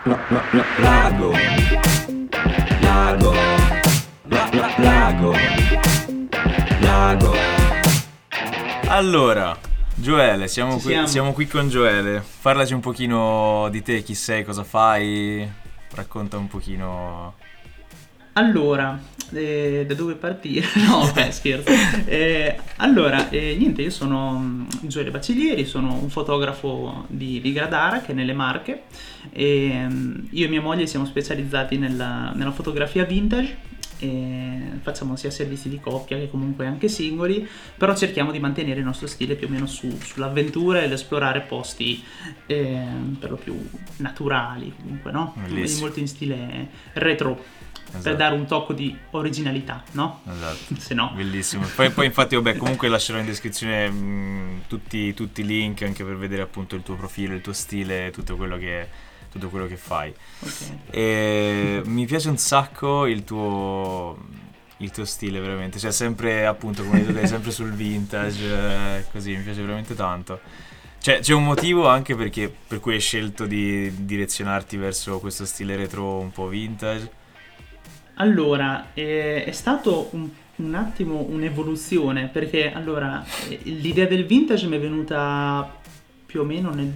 Lago, lago, lago, lago. Allora, Gioele, Siamo. siamo qui con Gioele. Parlaci un pochino di te, chi sei, cosa fai, racconta un pochino. Allora, da dove partire? No, scherzo. Niente, io sono Gioele Bacciglieri, sono un fotografo di Gradara, che è nelle Marche. Io e mia moglie siamo specializzati nella fotografia vintage. Facciamo sia servizi di coppia che comunque anche singoli, però cerchiamo di mantenere il nostro stile più o meno sull'avventura e l'esplorare posti per lo più naturali, comunque, no? Bellissimo. Molto in stile retro. Esatto. Per dare un tocco di originalità, no? Esatto. Se no. Bellissimo. Poi infatti, vabbè, comunque lascerò in descrizione tutti i link anche per vedere appunto il tuo profilo, il tuo stile, tutto quello che fai. Okay. E mi piace un sacco il tuo stile, veramente, cioè sempre appunto come hai detto, sempre sul vintage, così mi piace veramente tanto. Cioè c'è un motivo anche per cui hai scelto di direzionarti verso questo stile retro un po' vintage? Allora, è stato un attimo un'evoluzione, perché allora l'idea del vintage mi è venuta più o meno nel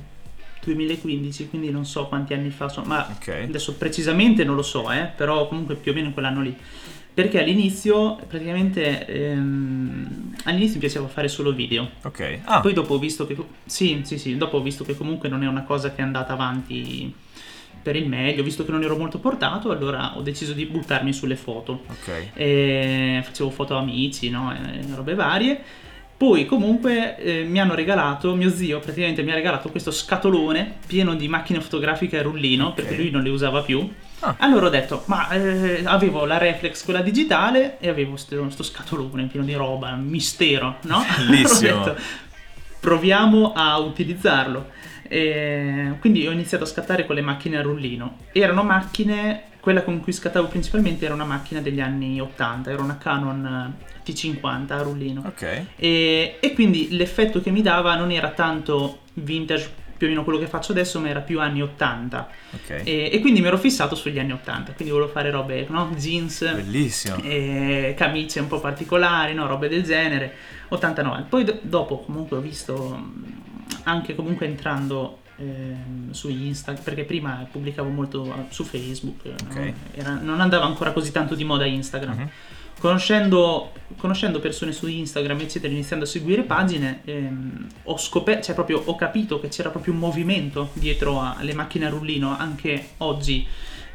2015, quindi non so quanti anni fa sono, ma Ok. adesso precisamente non lo so, però comunque più o meno in quell'anno lì. Perché all'inizio, praticamente, all'inizio mi piaceva fare solo video. Ok. Poi dopo ho visto che dopo ho visto che comunque non è una cosa che è andata avanti per il meglio, visto che non ero molto portato, allora ho deciso di buttarmi sulle foto. Ok. Facevo foto a amici, no? Robe varie. Poi comunque mi hanno regalato, mio zio praticamente mi ha regalato questo scatolone pieno di macchine fotografiche a rullino, Ok. perché lui non le usava più. Ah. Allora ho detto, ma avevo la reflex, quella digitale, e avevo sto scatolone pieno di roba, mistero, no? Bellissimo. Allora ho detto, proviamo a utilizzarlo. Quindi ho iniziato a scattare con le macchine a rullino. Erano macchine, quella con cui scattavo principalmente era una macchina degli anni 80, era una Canon T50 a rullino. Ok. E quindi l'effetto che mi dava non era tanto vintage, più o meno quello che faccio adesso, ma era più anni 80. Ok. E quindi mi ero fissato sugli anni 80, quindi volevo fare robe, no? Jeans, Bellissimo. camicie un po' particolari, no? Robe del genere, 80-90. Poi dopo comunque ho visto, anche comunque entrando su Instagram, perché prima pubblicavo molto su Facebook, Ok. no? Non andava ancora così tanto di moda Instagram. Mhm. Conoscendo persone su Instagram, eccetera, iniziando a seguire pagine, ho scoperto, cioè proprio ho capito che c'era proprio un movimento dietro alle macchine a rullino anche oggi,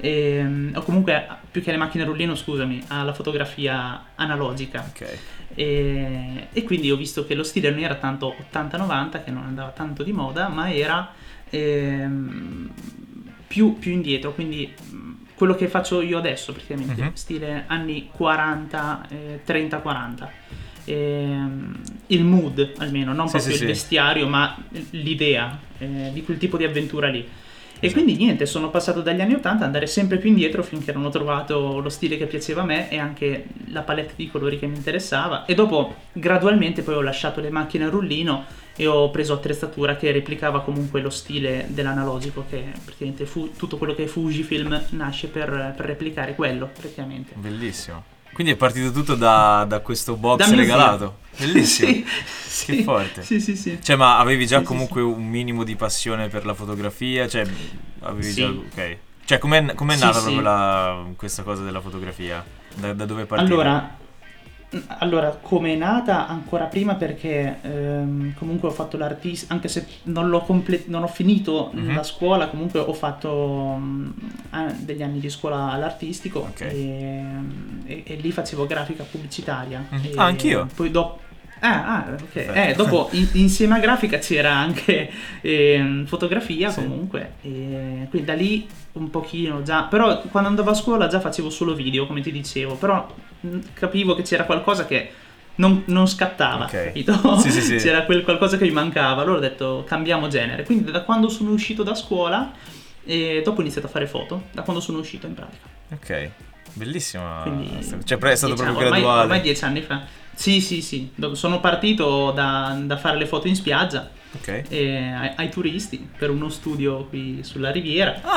o comunque più che alle macchine a rullino, scusami, alla fotografia analogica. Ok. E quindi ho visto che lo stile non era tanto 80-90, che non andava tanto di moda, ma era più indietro, quindi quello che faccio io adesso praticamente, Mhm. stile anni 40, 30-40. Il mood almeno, non Sì, proprio sì, il sì. vestiario, ma l'idea di quel tipo di avventura lì. E Esatto. quindi niente, sono passato dagli anni 80 ad andare sempre più indietro finché non ho trovato lo stile che piaceva a me e anche la palette di colori che mi interessava. E dopo gradualmente poi ho lasciato le macchine a rullino e ho preso attrezzatura che replicava comunque lo stile dell'analogico, che praticamente tutto quello che è Fujifilm nasce per replicare quello praticamente. Bellissimo. Quindi è partito tutto da questo box Da mio regalato. zio. Bellissimo. Sì, Che forte. Sì. Cioè, ma avevi già Sì, comunque un minimo di passione per la fotografia? Cioè, avevi Sì. già. Ok. Cioè, com'è Sì, nata sì. proprio questa cosa della fotografia? Da dove è partita? Allora, come è nata ancora prima, perché comunque ho fatto l'artista, anche se non ho finito Mhm. la scuola, comunque ho fatto degli anni di scuola all'artistico, Ok. e lì facevo grafica pubblicitaria. Mhm. E Ah, anch'io. Poi dopo... ok. Perfetto. Dopo insieme a grafica c'era anche fotografia, Sì. comunque, e quindi da lì un pochino già, però quando andavo a scuola già facevo solo video, come ti dicevo, però capivo che c'era qualcosa che non scattava, Ok. capito? Sì. C'era quel qualcosa che mi mancava, allora ho detto cambiamo genere, quindi da quando sono uscito da scuola e dopo ho iniziato a fare foto, da quando sono uscito in pratica. Ok. Bellissima. Quindi Cioè, è stato 10 proprio anni, graduale. ormai 10 anni fa. Sì. Sono partito da fare le foto in spiaggia Ok. ai turisti per uno studio qui sulla riviera. Ah,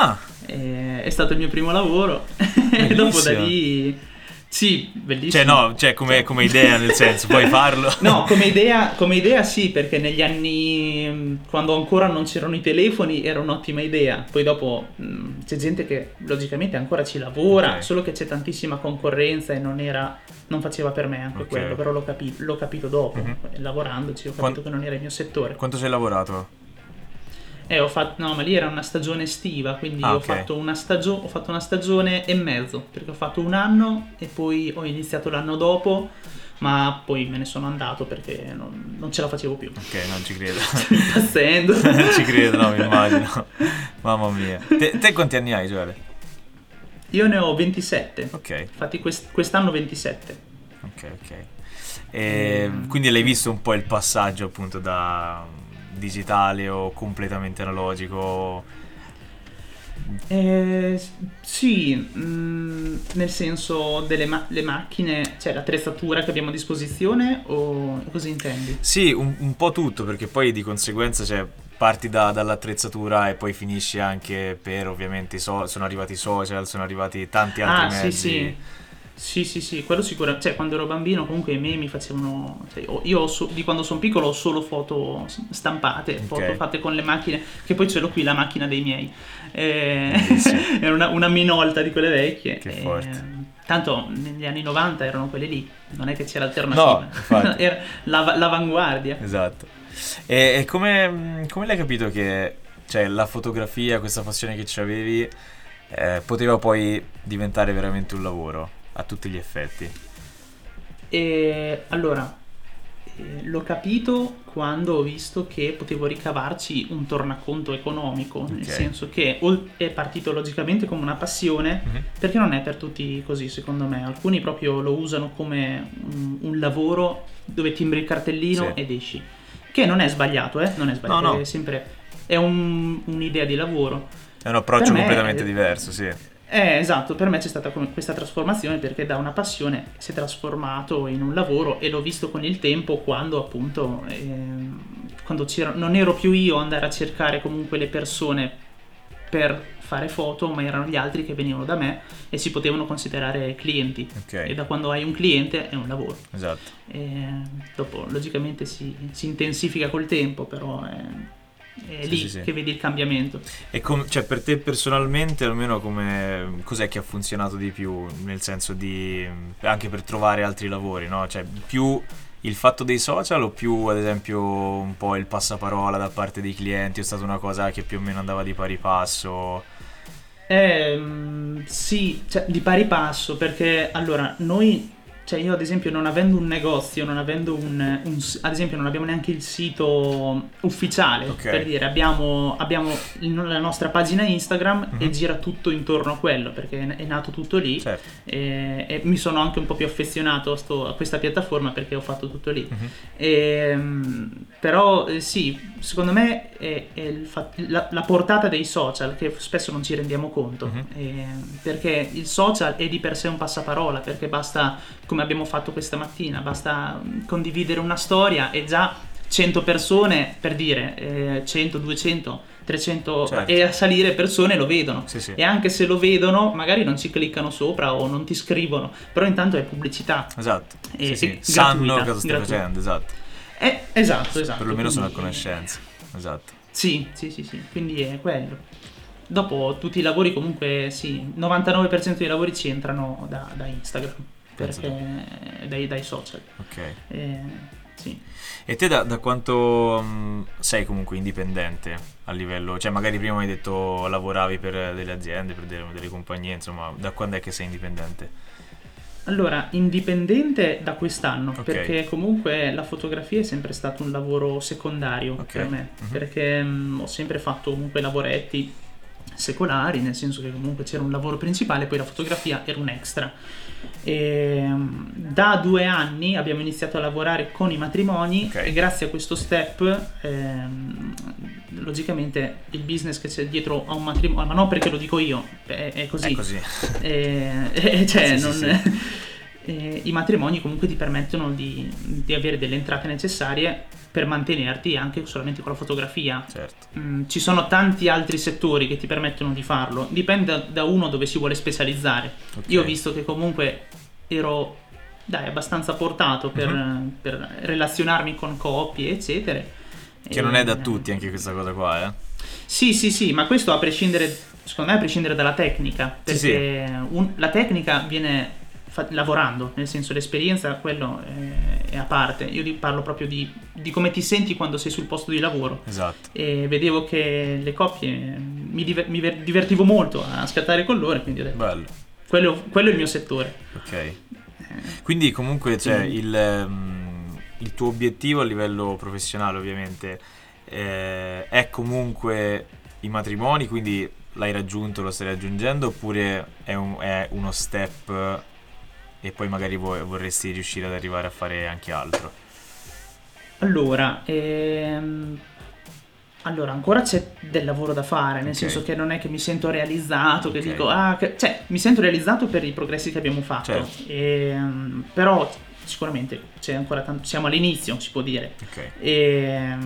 È stato il mio primo lavoro e dopo da lì sì, bellissimo. Come idea, nel senso, puoi farlo. No, come idea sì, perché negli anni, quando ancora non c'erano i telefoni, era un'ottima idea. Poi dopo c'è gente che logicamente ancora ci lavora, solo che c'è tantissima concorrenza e non faceva per me anche quello, però l'ho capito dopo, lavorandoci, ho capito che non era il mio settore. Quanto ci hai lavorato? Ma lì era una stagione estiva, quindi ho fatto una stagione e mezzo, perché ho fatto un anno e poi ho iniziato l'anno dopo, ma poi me ne sono andato perché non ce la facevo più. Ok, non ci credo. Impazzendo. Non ci credo, no, mi immagino. Mamma mia. Te quanti anni hai, Gioele? Io ne ho 27. Ok. Infatti quest'anno 27. Ok. E quindi l'hai visto un po' il passaggio appunto da digitale o completamente analogico? Sì, nel senso le macchine, cioè l'attrezzatura che abbiamo a disposizione, o cosa intendi? Sì, un po' tutto, perché poi di conseguenza parti dall'attrezzatura e poi finisci anche per, ovviamente, sono arrivati i social, sono arrivati tanti altri mezzi. Sì, quello sicuramente. Cioè, quando ero bambino, comunque i miei mi facevano. Cioè, io di quando sono piccolo ho solo foto stampate, foto fatte con le macchine. Che poi ce l'ho qui la macchina dei miei. Era una Minolta di quelle vecchie. Che forte. Tanto negli anni 90 erano quelle lì, non è che c'era alternativa. No, era l'avanguardia. Esatto. E come l'hai capito che la fotografia, questa passione che ci avevi, poteva poi diventare veramente un lavoro a tutti gli effetti? Allora, l'ho capito quando ho visto che potevo ricavarci un tornaconto economico, nel senso che è partito logicamente come una passione, perché non è per tutti così, secondo me. Alcuni proprio lo usano come un lavoro dove timbri il cartellino ed esci, che non è sbagliato, non è sbagliato, no. È sempre un'idea di lavoro. È un approccio completamente diverso, sì. Esatto, per me c'è stata questa trasformazione, perché da una passione si è trasformato in un lavoro, e l'ho visto con il tempo, quando appunto quando non ero più io a andare a cercare comunque le persone per fare foto, ma erano gli altri che venivano da me e si potevano considerare clienti. E da quando hai un cliente è un lavoro. Esatto. Dopo logicamente si intensifica col tempo, però è lì che vedi il cambiamento. E per te personalmente, almeno, cos'è che ha funzionato di più, nel senso di anche per trovare altri lavori, no? Cioè, più il fatto dei social o più, ad esempio, un po' il passaparola da parte dei clienti? È stata una cosa che più o meno andava di pari passo? Sì, di pari passo, perché allora io ad esempio, non avendo un negozio, non avendo ad esempio non abbiamo neanche il sito ufficiale, per dire, abbiamo la nostra pagina Instagram e gira tutto intorno a quello, perché è nato tutto lì. Certo. E mi sono anche un po' più affezionato a questa piattaforma, perché ho fatto tutto lì. Però sì, secondo me è la portata dei social, che spesso non ci rendiamo conto, perché il social è di per sé un passaparola, perché basta, come abbiamo fatto questa mattina, basta condividere una storia e già 100 persone, per dire, 100, 200, 300 e a salire persone lo vedono. Sì. E anche se lo vedono, magari non ci cliccano sopra o non ti scrivono, però intanto è pubblicità. Esatto. Sì. Sanno cosa stai facendo, esatto. Esatto. Perlomeno sono a conoscenza. Esatto. Sì. Quindi è quello. Dopo tutti i lavori, comunque, sì, 99% dei lavori ci entrano da Instagram, perché dai social. Ok. Sì. E te da quanto sei comunque indipendente a livello, cioè magari prima hai detto lavoravi per delle aziende, per delle compagnie, insomma, da quando è che sei indipendente? Allora, indipendente da quest'anno, perché comunque la fotografia è sempre stato un lavoro secondario per me, perché ho sempre fatto comunque lavoretti secolari, nel senso che comunque c'era un lavoro principale, poi la fotografia era un extra. E da 2 anni abbiamo iniziato a lavorare con i matrimoni, e grazie a questo step logicamente il business che c'è dietro a un matrimonio, ma non perché lo dico io, è così. È così. Sì. I matrimoni comunque ti permettono di avere delle entrate necessarie per mantenerti anche solamente con la fotografia. Certo. Ci sono tanti altri settori che ti permettono di farlo, dipende da uno dove si vuole specializzare. Ok. Io ho visto che comunque ero abbastanza portato per relazionarmi con coppie eccetera. Che non è da tutti anche questa cosa qua, Sì, ma questo a prescindere, secondo me a prescindere dalla tecnica, perché Sì. la tecnica viene lavorando, nel senso l'esperienza quello è a parte. Io parlo proprio di come ti senti quando sei sul posto di lavoro. Esatto. E vedevo che le coppie mi divertivo molto a scattare con loro, quindi ho detto Bello. quello è il mio settore. Ok. Quindi comunque il tuo obiettivo a livello professionale ovviamente è comunque i matrimoni, quindi l'hai raggiunto, lo stai raggiungendo, oppure è uno step e poi magari vorresti riuscire ad arrivare a fare anche altro? Allora, ancora c'è del lavoro da fare, nel Ok. senso che non è che mi sento realizzato, che Ok. dico, cioè mi sento realizzato per i progressi che abbiamo fatto, Certo. però sicuramente c'è ancora tanto, siamo all'inizio, si può dire. Ok. E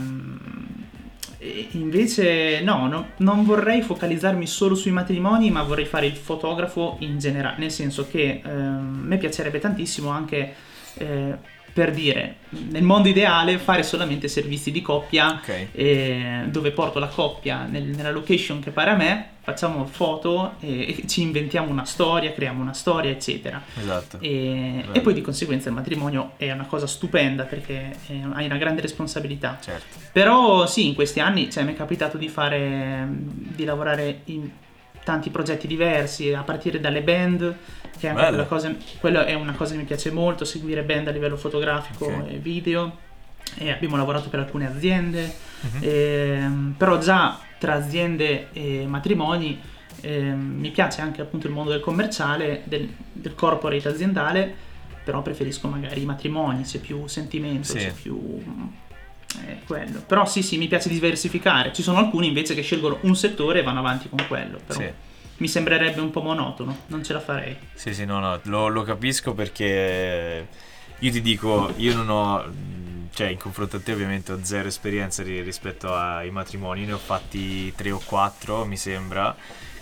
invece non vorrei focalizzarmi solo sui matrimoni, ma vorrei fare il fotografo in generale, nel senso che a me piacerebbe tantissimo anche per dire, nel mondo ideale fare solamente servizi di coppia, Ok. dove porto la coppia nella location che pare a me, facciamo foto e ci inventiamo una storia, creiamo una storia eccetera. Esatto. E Bello. poi di conseguenza il matrimonio è una cosa stupenda perché hai una grande responsabilità. Certo. Però sì, in questi anni mi è capitato di lavorare in tanti progetti diversi, a partire dalle band, che è anche quella è una cosa che mi piace molto, seguire band a livello fotografico Ok. e video. E abbiamo lavorato per alcune aziende, però già tra aziende e matrimoni mi piace anche appunto il mondo del commerciale, del corporate aziendale, però preferisco magari i matrimoni, c'è più sentimento, Sì. c'è più quello. Però sì, mi piace diversificare. Ci sono alcuni invece che scelgono un settore e vanno avanti con quello, però Sì. mi sembrerebbe un po' monotono, non ce la farei. Sì, no, lo capisco perché io ti dico, io non ho, cioè in confronto a te ovviamente ho zero esperienza rispetto ai matrimoni, ne ho fatti 3 o 4 mi sembra,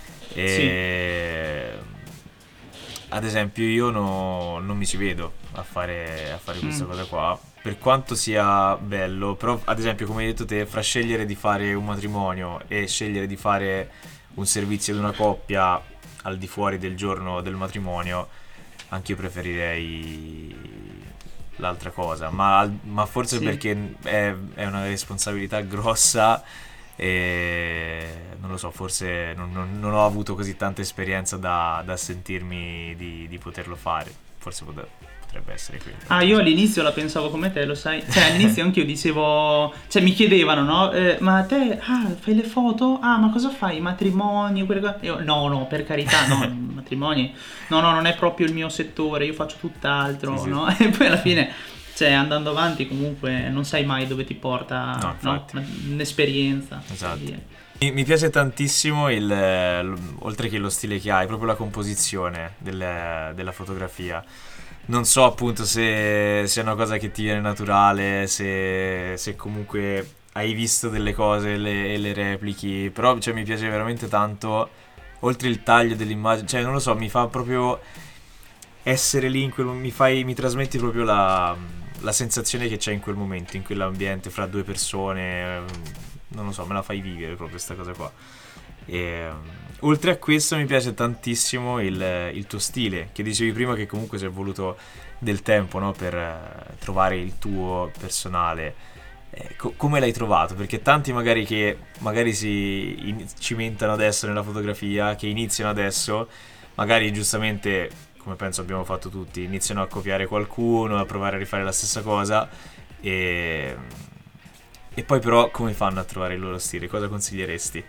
e ad esempio io non mi ci vedo a fare questa cosa qua, per quanto sia bello, però ad esempio come hai detto te, fra scegliere di fare un matrimonio e scegliere di fare un servizio ad una coppia al di fuori del giorno del matrimonio, anche io preferirei l'altra cosa, ma forse perché è una responsabilità grossa e non lo so, forse non ho avuto così tanta esperienza da sentirmi di poterlo fare, forse potrebbe essere quello. Io all'inizio la pensavo come te, lo sai, all'inizio anche io dicevo, mi chiedevano, no? Ma te, fai le foto? Ma cosa fai? I matrimoni? Quelle cose? Io, no, per carità, no, i matrimoni, no, non è proprio il mio settore, io faccio tutt'altro, Sì. no? E poi alla fine, andando avanti comunque non sai mai dove ti porta, no? L'esperienza. Esatto. Mi piace tantissimo oltre che lo stile che hai, proprio la composizione della fotografia. Non so appunto se è una cosa che ti viene naturale, se comunque hai visto delle cose e le replichi, però mi piace veramente tanto, oltre il taglio dell'immagine, non lo so, mi fa proprio essere lì mi trasmetti proprio la sensazione che c'è in quel momento, in quell'ambiente, fra due persone, non lo so, me la fai vivere proprio questa cosa qua. E oltre a questo mi piace tantissimo il tuo stile, che dicevi prima che comunque ci è voluto del tempo, no, per trovare il tuo personale. Come l'hai trovato? Perché tanti magari si cimentano adesso nella fotografia, che iniziano adesso, magari giustamente, come penso abbiamo fatto tutti, iniziano a copiare qualcuno, a provare a rifare la stessa cosa e poi però come fanno a trovare il loro stile? Cosa consiglieresti?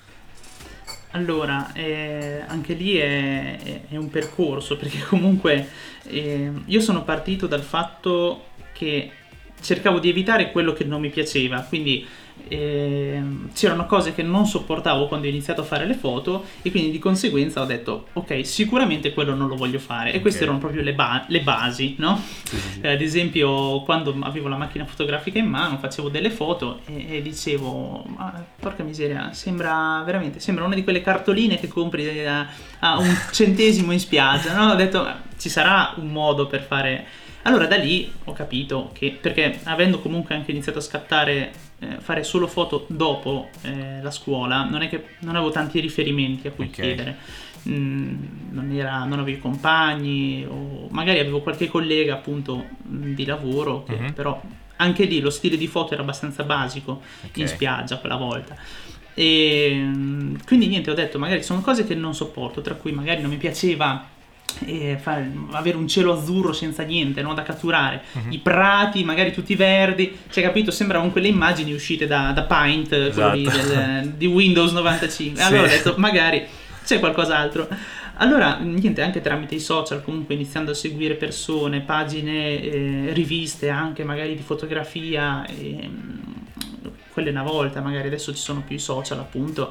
Allora, anche lì è un percorso, perché comunque io sono partito dal fatto che cercavo di evitare quello che non mi piaceva, quindi c'erano cose che non sopportavo quando ho iniziato a fare le foto, e quindi di conseguenza ho detto ok, sicuramente quello non lo voglio fare, e queste erano proprio le basi, no? Sì. Ad esempio, quando avevo la macchina fotografica in mano facevo delle foto e dicevo porca miseria, sembra una di quelle cartoline che compri a un centesimo in spiaggia, no? Ho detto ci sarà un modo per fare. Allora da lì ho capito che, perché avendo comunque anche iniziato a scattare, fare solo foto dopo la scuola, non è che non avevo tanti riferimenti a cui chiedere. Non avevo compagni, o magari avevo qualche collega appunto di lavoro che però anche lì lo stile di foto era abbastanza basico in spiaggia quella volta. E quindi niente, ho detto magari sono cose che non sopporto, tra cui magari non mi piaceva avere un cielo azzurro senza niente, no, da catturare, i prati magari tutti verdi, cioè capito, sembravano quelle immagini uscite da Paint, quello lì di Windows 95. Allora ho detto magari c'è qualcos'altro. Allora niente, anche tramite i social, comunque iniziando a seguire persone, pagine, riviste anche magari di fotografia, quelle una volta, magari adesso ci sono più i social appunto,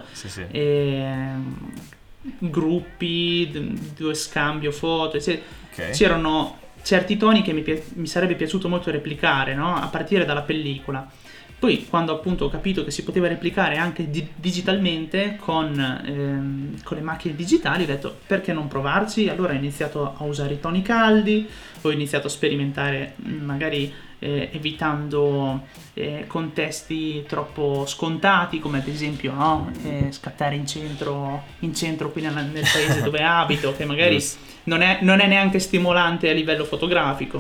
gruppi dove scambio foto, c'erano certi toni che mi sarebbe piaciuto molto replicare, no? A partire dalla pellicola. Poi quando appunto ho capito che si poteva replicare anche digitalmente con le macchine digitali, ho detto perché non provarci? Allora ho iniziato a usare i toni caldi, ho iniziato a sperimentare magari evitando contesti troppo scontati, come ad esempio scattare in centro qui nel paese dove abito, che magari non è neanche stimolante a livello fotografico.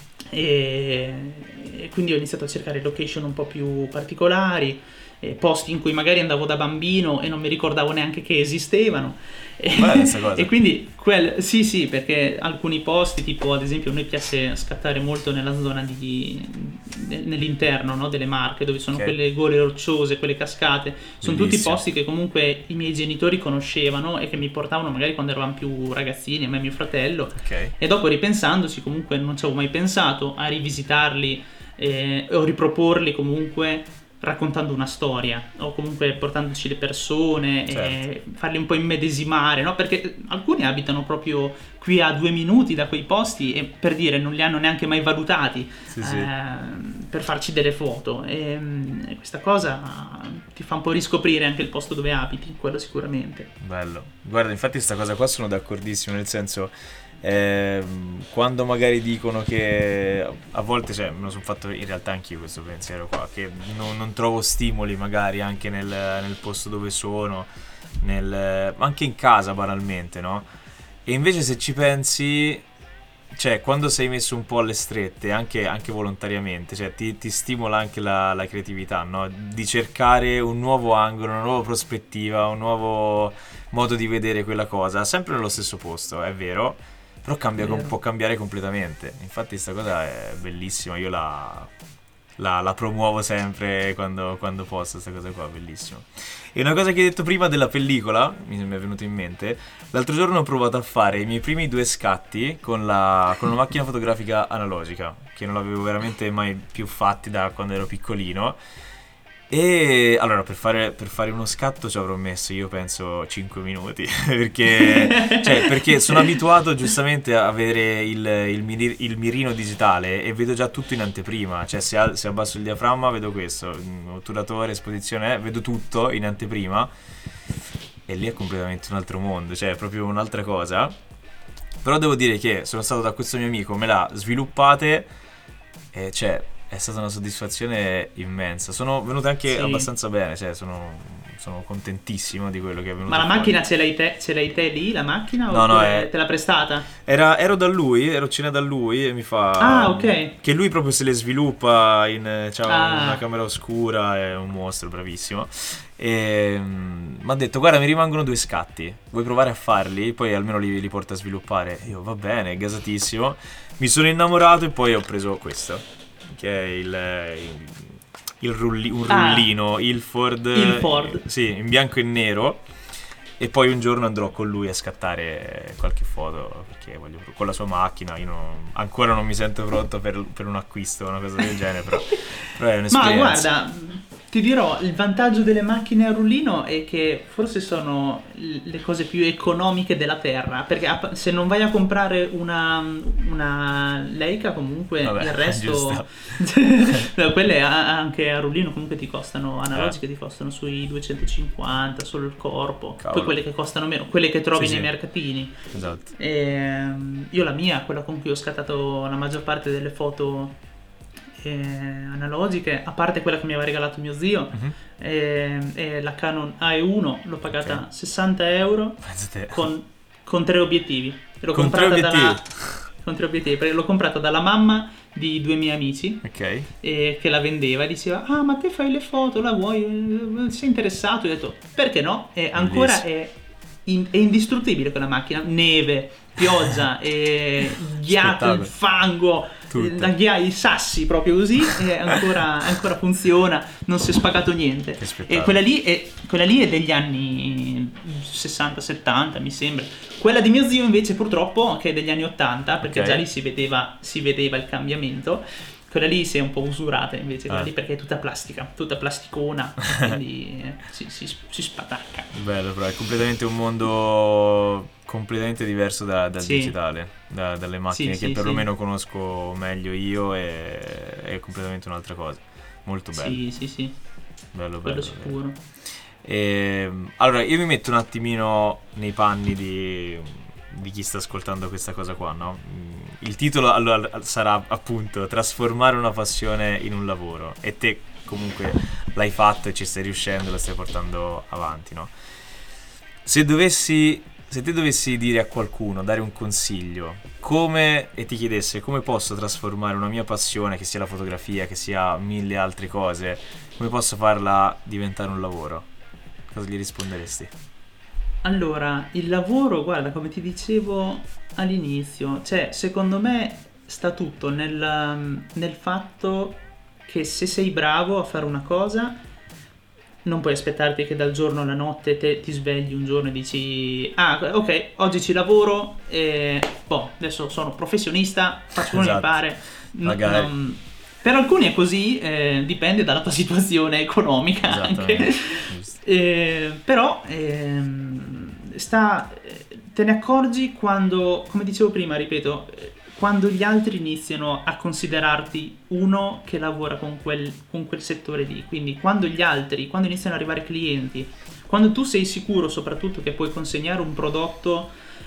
E quindi ho iniziato a cercare location un po' più particolari, posti in cui magari andavo da bambino e non mi ricordavo neanche che esistevano. E quindi sì, perché alcuni posti, tipo ad esempio a me piace scattare molto nella zona nell'interno, no, delle Marche, dove sono quelle gole rocciose, quelle cascate, sono tutti posti che comunque i miei genitori conoscevano e che mi portavano magari quando eravamo più ragazzini, a me e mio fratello, e dopo ripensandoci comunque non ci avevo mai pensato a rivisitarli o riproporli comunque raccontando una storia, o comunque portandoci le persone e farli un po' immedesimare, no? Perché alcuni abitano proprio qui a 2 minuti da quei posti e, per dire, non li hanno neanche mai valutati per farci delle foto, e questa cosa ti fa un po' riscoprire anche il posto dove abiti, quello sicuramente. Bello. Guarda, infatti sta cosa qua sono d'accordissimo, nel senso quando magari dicono che a volte, me lo sono fatto in realtà anch'io questo pensiero qua, che non trovo stimoli magari anche nel posto dove sono, anche in casa banalmente, no? E invece se ci pensi, quando sei messo un po' alle strette, anche volontariamente, ti stimola anche la creatività, no? Di cercare un nuovo angolo, una nuova prospettiva, un nuovo modo di vedere quella cosa, sempre nello stesso posto, è vero, però può cambiare completamente. Infatti sta cosa è bellissima, io la promuovo sempre quando posso, sta cosa qua, bellissima. E una cosa che hai detto prima della pellicola mi è venuto in mente: l'altro giorno ho provato a fare i miei primi 2 scatti con una macchina fotografica analogica, che non l'avevo veramente mai più fatti da quando ero piccolino. E allora per fare uno scatto ci avrò messo, io penso, 5 minuti perché sono abituato giustamente a vedere il mirino digitale e vedo già tutto in anteprima, se abbasso il diaframma vedo questo, otturatore, esposizione, vedo tutto in anteprima, e lì è completamente un altro mondo, è proprio un'altra cosa. Però devo dire che sono stato da questo mio amico, me l'ha sviluppate e è stata una soddisfazione immensa. Sono venute anche abbastanza bene, sono contentissimo di quello che è venuto. Ma la fuori. Macchina ce l'hai te lì, la macchina? No, te l'ha prestata? Ero cena da lui e mi fa che lui proprio se le sviluppa una camera oscura, è un mostro, bravissimo. E mi ha detto: guarda, mi rimangono 2 scatti, vuoi provare a farli? Poi almeno li porta a sviluppare. Io va bene, gasatissimo. Mi sono innamorato e poi ho preso questo, che è un rullino Ilford, sì, in bianco e nero, e poi un giorno andrò con lui a scattare qualche foto, perché con la sua macchina. Io ancora non mi sento pronto per un acquisto o una cosa del genere, però è un'esperienza. Ma guarda, Ti dirò, il vantaggio delle macchine a rullino è che forse sono le cose più economiche della Terra, perché se non vai a comprare una Leica comunque Vabbè, il resto... giusto. No, quelle anche a rullino comunque ti costano, analogiche ti costano sui 250, solo il corpo. Cavolo. Poi quelle che costano meno, quelle che trovi Sì, nei sì. mercatini. Esatto. Io la mia, quella con cui ho scattato la maggior parte delle foto analogiche, a parte quella che mi aveva regalato mio zio, e la Canon AE1 l'ho pagata Ok. 60 euro Pensa te. con 3 obiettivi. L'ho Con tre comprata obiettivi? con 3 obiettivi, perché l'ho comprata dalla mamma di 2 miei amici Ok. che la vendeva e diceva: ah, ma te fai le foto, la vuoi? Sei interessato? Io ho detto perché no? E ancora Bellissimo. è indistruttibile quella macchina. Neve, pioggia, ghiaccio, Spettacolo. il fango, Tutto. i sassi, proprio così, e ancora funziona, non si è spaccato niente. Che spettacolo. E quella lì è degli anni 60-70, mi sembra. Quella di mio zio invece purtroppo che è degli anni 80, perché Ok. già lì si vedeva il cambiamento. Quella lì si è un po' usurata invece, quella lì, perché è tutta plastica, tutta plasticona, quindi si spatacca. Bello, però è completamente un mondo completamente diverso dal Sì. digitale, dalle macchine Sì, che sì, perlomeno conosco meglio io, e è completamente un'altra cosa. Molto bello. Sì, Bello, quello bello. sicuro. Allora, io mi metto un attimino nei panni di chi sta ascoltando questa cosa qua, no? Il titolo allora sarà appunto trasformare una passione in un lavoro, e te comunque l'hai fatto e ci stai riuscendo, lo stai portando avanti, no? Se te dovessi dire a qualcuno, dare un consiglio, e ti chiedesse come posso trasformare una mia passione, che sia la fotografia, che sia mille altre cose, come posso farla diventare un lavoro, cosa gli risponderesti? Allora, il lavoro, guarda, come ti dicevo all'inizio, cioè, secondo me sta tutto nel fatto che se sei bravo a fare una cosa, non puoi aspettarti che dal giorno alla notte ti svegli un giorno e dici: ah, ok, oggi ci lavoro e adesso sono professionista, faccio quello che mi Esatto. pare. Magari. Per alcuni è così, dipende dalla tua situazione economica anche. Esattamente. Giusto. Però te ne accorgi quando, come dicevo prima, ripeto, quando gli altri iniziano a considerarti uno che lavora con quel settore lì. Quindi quando iniziano ad arrivare clienti, quando tu sei sicuro soprattutto che puoi consegnare un prodotto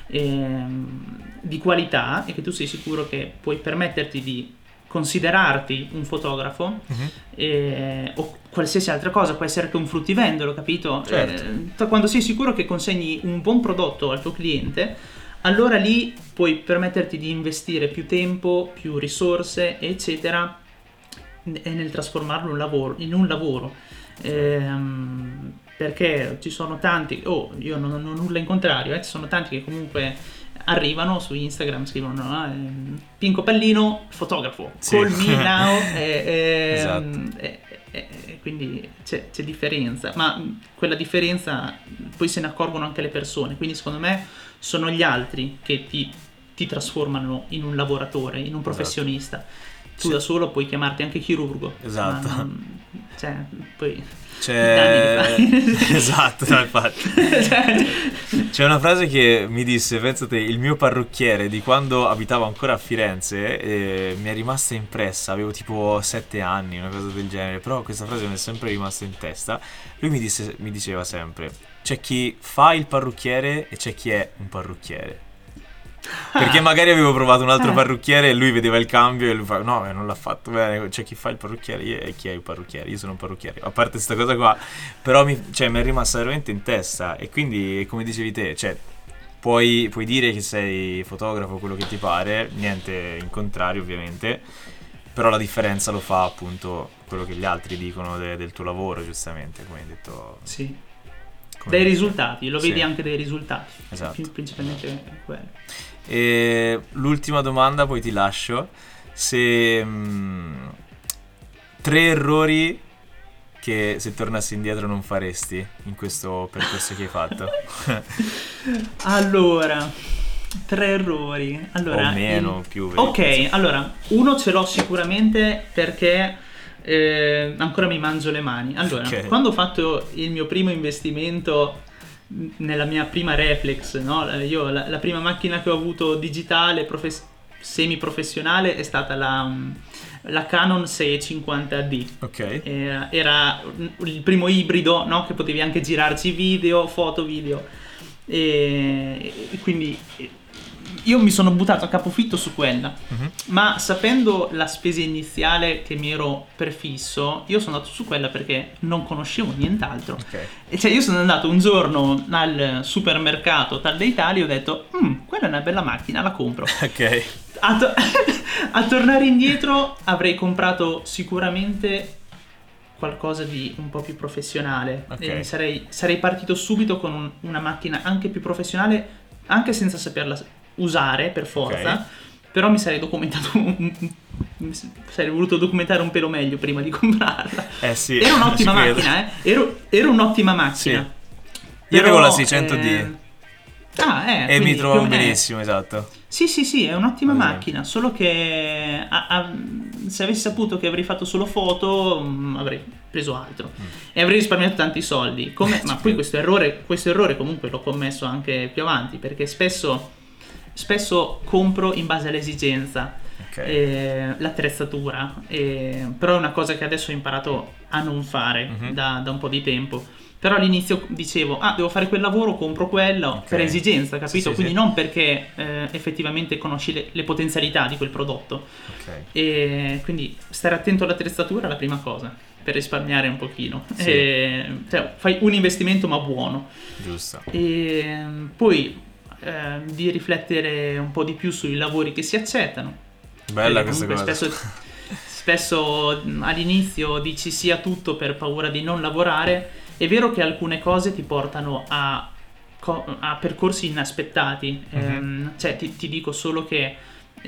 di qualità, e che tu sei sicuro che puoi permetterti di considerarti un fotografo, o qualsiasi altra cosa, può essere anche un fruttivendolo, capito? Certo. Quando sei sicuro che consegni un buon prodotto al tuo cliente, allora lì puoi permetterti di investire più tempo, più risorse, eccetera, nel trasformarlo in un lavoro. Perché ci sono tanti, io non ho nulla in contrario, ci sono tanti che comunque arrivano su Instagram, scrivono Pinco Pallino, fotografo, Sì. call me now, Esatto. quindi c'è differenza, ma quella differenza poi se ne accorgono anche le persone, quindi secondo me sono gli altri che ti trasformano in un lavoratore, in un professionista. Tu da solo puoi chiamarti anche chirurgo. Esatto. Ma poi danni li fai. Esatto, no, infatti. C'è una frase che mi disse, pensate, il mio parrucchiere di quando abitavo ancora a Firenze, mi è rimasta impressa, avevo tipo 7 anni, una cosa del genere, però questa frase mi è sempre rimasta in testa. Lui mi diceva sempre: c'è chi fa il parrucchiere e c'è chi è un parrucchiere. Perché magari avevo provato un altro parrucchiere e lui vedeva il cambio e lui fa: no, non l'ha fatto bene. C'è chi fa il parrucchiere e chi è il parrucchiere. Io sono un parrucchiere, a parte questa cosa qua. Però mi è rimasta veramente in testa. E quindi, come dicevi te, cioè, puoi dire che sei fotografo, quello che ti pare, niente in contrario ovviamente, però la differenza lo fa appunto quello che gli altri dicono del tuo lavoro, giustamente, come hai detto. Sì. Come Dai hai detto. risultati, lo vedi Sì. anche dai risultati. Esatto. Principalmente è quello. E l'ultima domanda, poi ti lascio. Se 3 errori che se tornassi indietro non faresti in questo percorso che hai fatto. Allora, 3 errori. Allora, O meno, più. Ok, allora, uno ce l'ho sicuramente perché ancora mi mangio le mani. Allora, Ok. quando ho fatto il mio primo investimento nella mia prima reflex, no? Io la prima macchina che ho avuto digitale semi-professionale è stata la Canon 650D. Ok. Era il primo ibrido, no? Che potevi anche girarci video, foto, video. E quindi io mi sono buttato a capofitto su quella. Mhm. Ma sapendo la spesa iniziale che mi ero prefisso, io sono andato su quella perché non conoscevo nient'altro. Ok. E cioè io sono andato un giorno al supermercato tal dei tali e ho detto quella è una bella macchina, la compro. Ok. A tornare indietro avrei comprato sicuramente qualcosa di un po' più professionale. Ok. E sarei partito subito con una macchina anche più professionale, anche senza saperla usare per forza. Ok. Però mi sarei documentato sarei voluto documentare un pelo meglio prima di comprarla. Sì. Era un'ottima ci credo. macchina, Era un'ottima macchina. Io avevo la Però, 600D. E E mi trovavo benissimo, esatto. Sì, è un'ottima Per esempio. macchina, solo che se avessi saputo che avrei fatto solo foto, avrei preso altro e avrei risparmiato tanti soldi. Ma poi questo errore comunque l'ho commesso anche più avanti, perché spesso compro in base all'esigenza l'attrezzatura, però è una cosa che adesso ho imparato a non fare da un po' di tempo. Però all'inizio dicevo, devo fare quel lavoro, compro quello per esigenza, capito? Sì, Quindi sì. non perché effettivamente conosci le potenzialità di quel prodotto. Ok. E quindi stare attento all'attrezzatura è la prima cosa, per risparmiare un pochino. Sì. Cioè, fai un investimento ma buono. Giusto. E poi di riflettere un po' di più sui lavori che si accettano. Bella Perché questa cosa. comunque spesso all'inizio dici sì a tutto per paura di non lavorare. È vero che alcune cose ti portano a percorsi inaspettati. Cioè ti dico solo che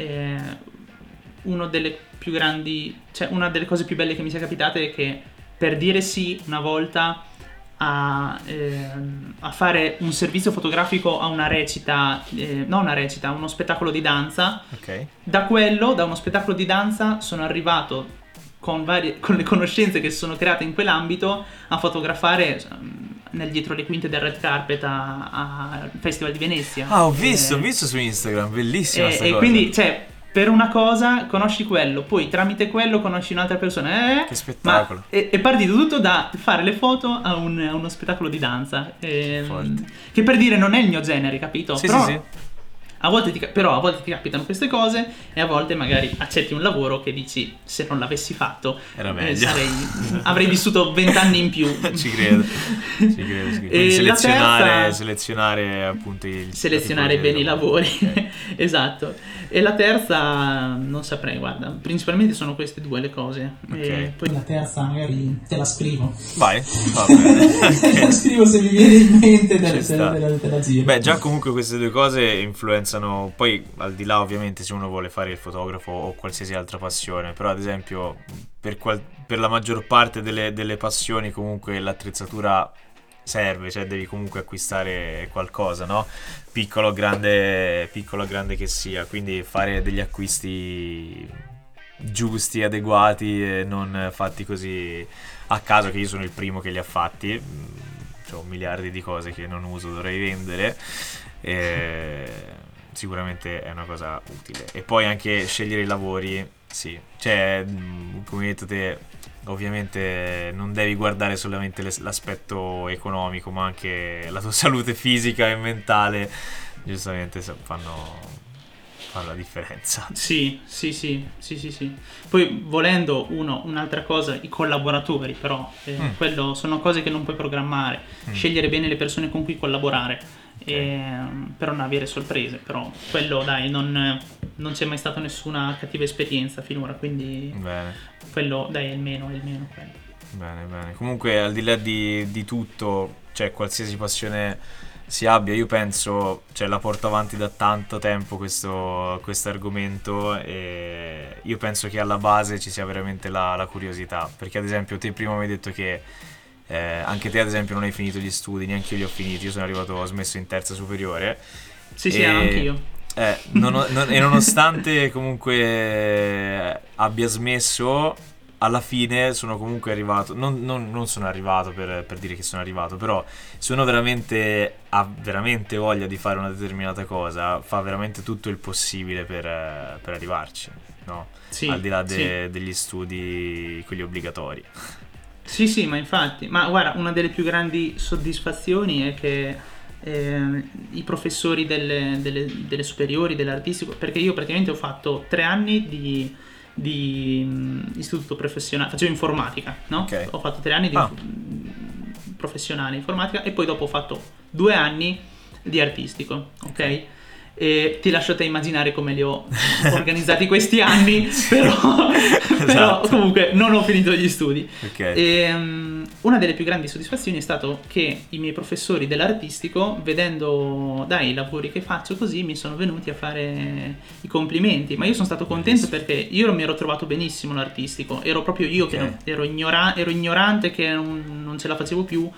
una delle cose più belle che mi sia capitate è che per dire sì una volta a fare un servizio fotografico a una recita, a uno spettacolo di danza. Ok. Da uno spettacolo di danza sono arrivato con le conoscenze che si sono create in quell'ambito a fotografare nel dietro le quinte del red carpet al Festival di Venezia. Ho visto su Instagram, bellissima sta E cosa. quindi, cioè, per una cosa conosci quello, poi tramite quello conosci un'altra persona. Che spettacolo. È partito tutto da fare le foto a uno spettacolo di danza. Forte. Che per dire non è il mio genere, capito? Sì, Però, sì. a volte ti capitano queste cose e a volte magari accetti un lavoro che dici se non l'avessi fatto Era meglio. avrei vissuto 20 anni in più. Ci credo. Quindi E la terza- selezionare appunto il selezionare tipo di bene i lavoro. lavori. Ok. Esatto. E la terza non saprei, guarda, principalmente sono queste due le cose. Ok. E poi la terza magari te la scrivo. Vai, va bene. Te la scrivo se mi viene in mente, Ci sta. te la giro. Beh, già comunque queste due cose influenzano, poi al di là ovviamente se uno vuole fare il fotografo o qualsiasi altra passione, però ad esempio per la maggior parte delle passioni comunque l'attrezzatura serve, cioè devi comunque acquistare qualcosa, no? Piccolo o grande che sia, quindi fare degli acquisti giusti, adeguati e non fatti così a caso, che io sono il primo che li ha fatti. Ho miliardi di cose che non uso, dovrei vendere. Sicuramente è una cosa utile. E poi anche scegliere i lavori, sì, cioè come hai detto te, ovviamente non devi guardare solamente l'aspetto economico, ma anche la tua salute fisica e mentale, giustamente fanno la differenza. Sì. Poi volendo un'altra cosa, i collaboratori, però quello sono cose che non puoi programmare. Scegliere bene le persone con cui collaborare. Per non avere sorprese, però quello dai, non c'è mai stata nessuna cattiva esperienza finora, quindi Bene. quello dai è il meno quello. Bene. Comunque al di là di tutto, cioè qualsiasi passione si abbia, io penso, cioè la porto avanti da tanto tempo questo argomento, e io penso che alla base ci sia veramente la curiosità, perché ad esempio te prima mi hai detto che anche te ad esempio non hai finito gli studi, neanche io li ho finiti, io ho smesso in terza superiore. Sì, anch'io. E nonostante comunque abbia smesso, alla fine sono comunque arrivato, non sono arrivato per dire che sono arrivato, però se uno ha veramente voglia di fare una determinata cosa, fa veramente tutto il possibile per arrivarci, no? Sì, Al di là sì. degli studi, quelli obbligatori. Sì, ma infatti, ma guarda, una delle più grandi soddisfazioni è che i professori delle superiori, dell'artistico, perché io praticamente ho fatto 3 anni di istituto professionale, facevo informatica, no? Ok. Ho fatto 3 anni di professionale informatica e poi dopo ho fatto 2 anni di artistico, ok? E ti lascio a te immaginare come li ho organizzati questi anni, però Esatto. comunque non ho finito gli studi. Ok. E, una delle più grandi soddisfazioni è stato che i miei professori dell'artistico, vedendo i lavori che faccio così, mi sono venuti a fare i complimenti. Ma io sono stato contento perché io non mi ero trovato benissimo l'artistico, ero proprio io che ero ignorante, che non ce la facevo più,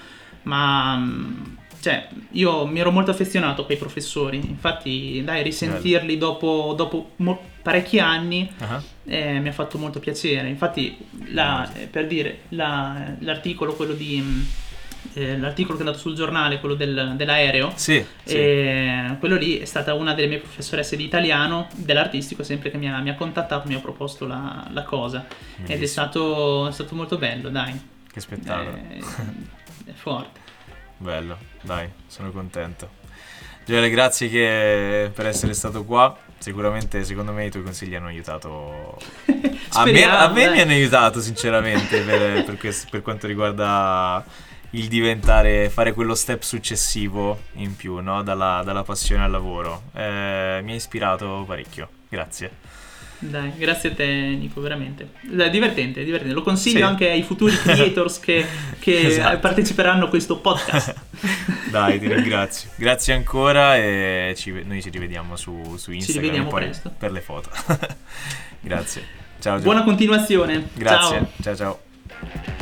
ma cioè io mi ero molto affezionato a quei professori, infatti risentirli dopo parecchi anni mi ha fatto molto piacere. Infatti per dire l'articolo, quello l'articolo che è andato sul giornale, quello dell'aereo, Sì. quello lì è stata una delle mie professoresse di italiano dell'artistico, sempre che mi ha contattato, mi ha proposto la cosa. Bellissimo. Ed è stato molto bello, dai. Che spettacolo. È forte. Bello, dai, sono contento. Gioele, grazie per essere stato qua. Sicuramente, secondo me, i tuoi consigli hanno aiutato. A me mi hanno aiutato, sinceramente, per quanto riguarda il fare quello step successivo in più, no? Dalla passione al lavoro. Mi ha ispirato parecchio. Grazie. Dai, grazie a te, Nico, veramente. Divertente. Lo consiglio Sì. anche ai futuri creators che Esatto. parteciperanno a questo podcast. Dai, ti ringrazio. Grazie ancora e noi ci rivediamo su Instagram. Ci rivediamo poi presto. per le foto. Grazie. Ciao. Buona continuazione. Grazie. Ciao. Ciao.